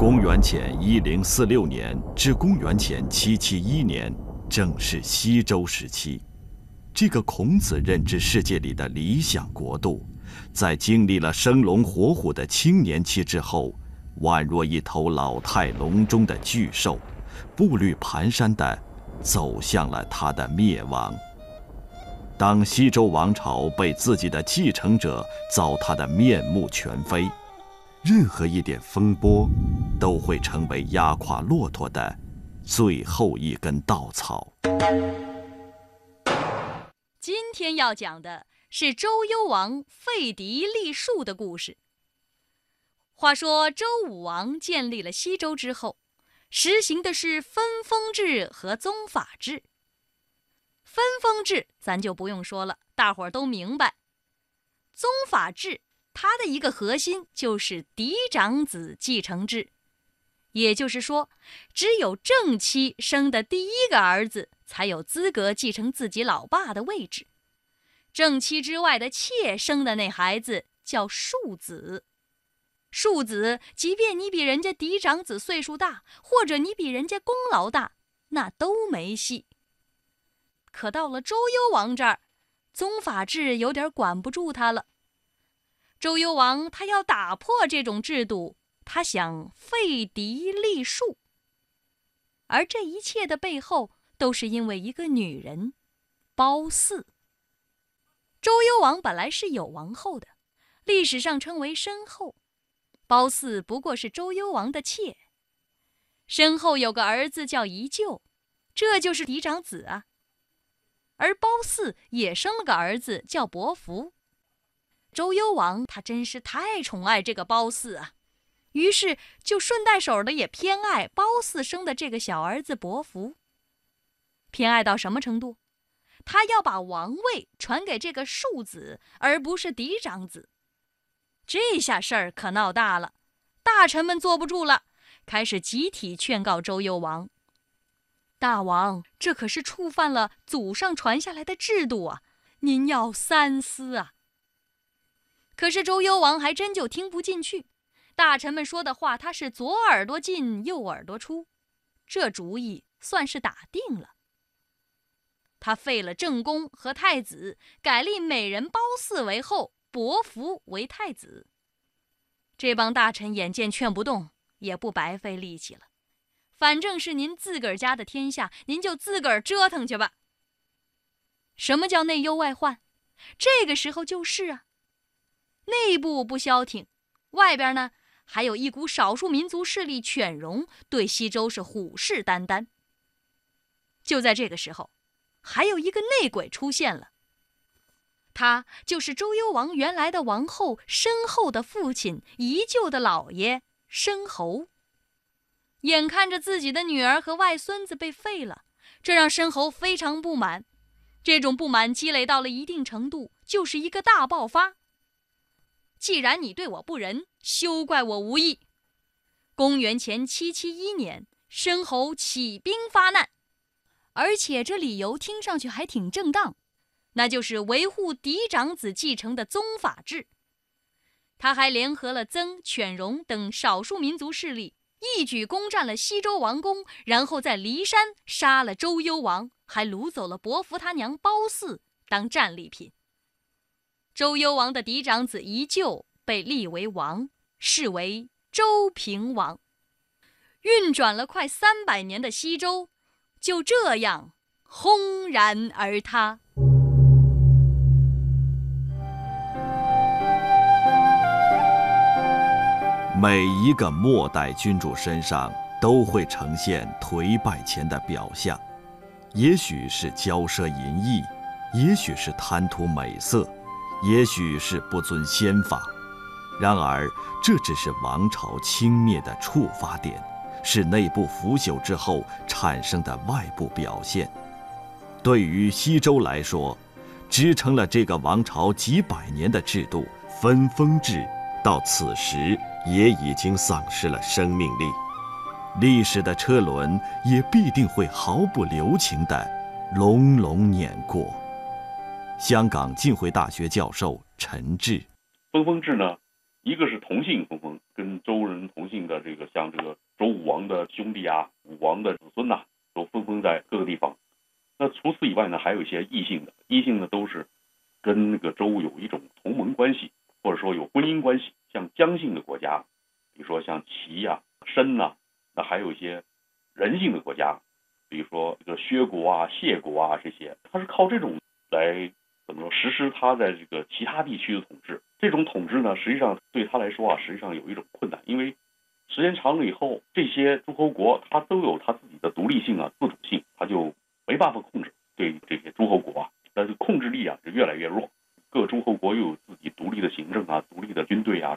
公元前1046年至公元前771年，正是西周时期。这个孔子认知世界里的理想国度，在经历了生龙活虎的青年期之后，宛若一头老态龙钟的巨兽，步履蹒跚地走向了它的灭亡。当西周王朝被自己的继承者糟蹋得面目全非，任何一点风波都会成为压垮骆驼的最后一根稻草。 今天要讲的是周幽王废嫡立庶的故事。话说周武王建立了西周之后，实行的是分封制和宗法制。分封制咱就不用说了，大伙儿都明白。宗法制它的一个核心就是嫡长子继承制，也就是说，只有正妻生的第一个儿子才有资格继承自己老爸的位置。正妻之外的妾生的那孩子叫庶子。庶子，即便你比人家嫡长子岁数大，或者你比人家功劳大，那都没戏。可到了周幽王这儿，宗法制有点管不住他了。周幽王他要打破这种制度，他想废嫡立庶。而这一切的背后，都是因为一个女人，褒姒。周幽王本来是有王后的，历史上称为申后。褒姒不过是周幽王的妾。申后有个儿子叫宜臼，这就是嫡长子啊。而褒姒也生了个儿子叫伯服。周幽王他真是太宠爱这个褒姒啊，于是就顺带手的也偏爱褒姒生的这个小儿子伯服。偏爱到什么程度？他要把王位传给这个庶子，而不是嫡长子。这下事儿可闹大了，大臣们坐不住了，开始集体劝告周幽王。大王，这可是触犯了祖上传下来的制度啊，您要三思啊。可是周幽王还真就听不进去，大臣们说的话他是左耳朵进右耳朵出，这主意算是打定了。他废了正宫和太子，改立美人褒姒为后，伯服为太子。这帮大臣眼见劝不动，也不白费力气了。反正是您自个儿家的天下，您就自个儿折腾去吧。什么叫内忧外患？这个时候就是啊，内部不消停，外边呢还有一股少数民族势力犬戎对西周是虎视眈眈。就在这个时候，还有一个内鬼出现了，他就是周幽王原来的王后申后的父亲宜臼的老爷申侯。眼看着自己的女儿和外孙子被废了，这让申侯非常不满。这种不满积累到了一定程度，就是一个大爆发。既然你对我不仁，休怪我无义。公元前771年，申侯起兵发难，而且这理由听上去还挺正当，那就是维护嫡长子继承的宗法制。他还联合了曾、犬戎等少数民族势力，一举攻占了西周王宫，然后在骊山杀了周幽王，还掳走了伯服他娘褒姒当战利品。周幽王的嫡长子宜臼被立为王，是为周平王。运转了快300年的西周，就这样轰然而塌。 每一个末代君主身上都会呈现颓败前的表象，也许是骄奢淫逸，也许是贪图美色，也许是不遵先法。然而，这只是王朝倾灭的触发点，是内部腐朽之后产生的外部表现。对于西周来说，支撑了这个王朝几百年的制度分封制，到此时也已经丧失了生命力，历史的车轮也必定会毫不留情地隆隆碾过。香港浸会大学教授陈志： 分封制呢， 一个是同姓分封，跟周人同姓的这个像这个周武王的兄弟啊、武王的子孙呐，都分封在各个地方。那除此以外呢，还有一些异姓的，异姓的都是跟那个周有一种同盟关系，或者说有婚姻关系。像姜姓的国家，比如说像齐呀、申呐，那还有一些人姓的国家，比如说这个薛国啊、谢国啊这些，他是靠这种来怎么说实施他在这个其他地区的统治。这种统治呢，实际上对他来说啊，实际上有一种困难，因为时间长了以后，这些诸侯国他都有他自己的独立性啊、自主性，他就没办法控制对这些诸侯国啊，但是控制力啊是越来越弱。各诸侯国又有自己独立的行政啊、独立的军队啊，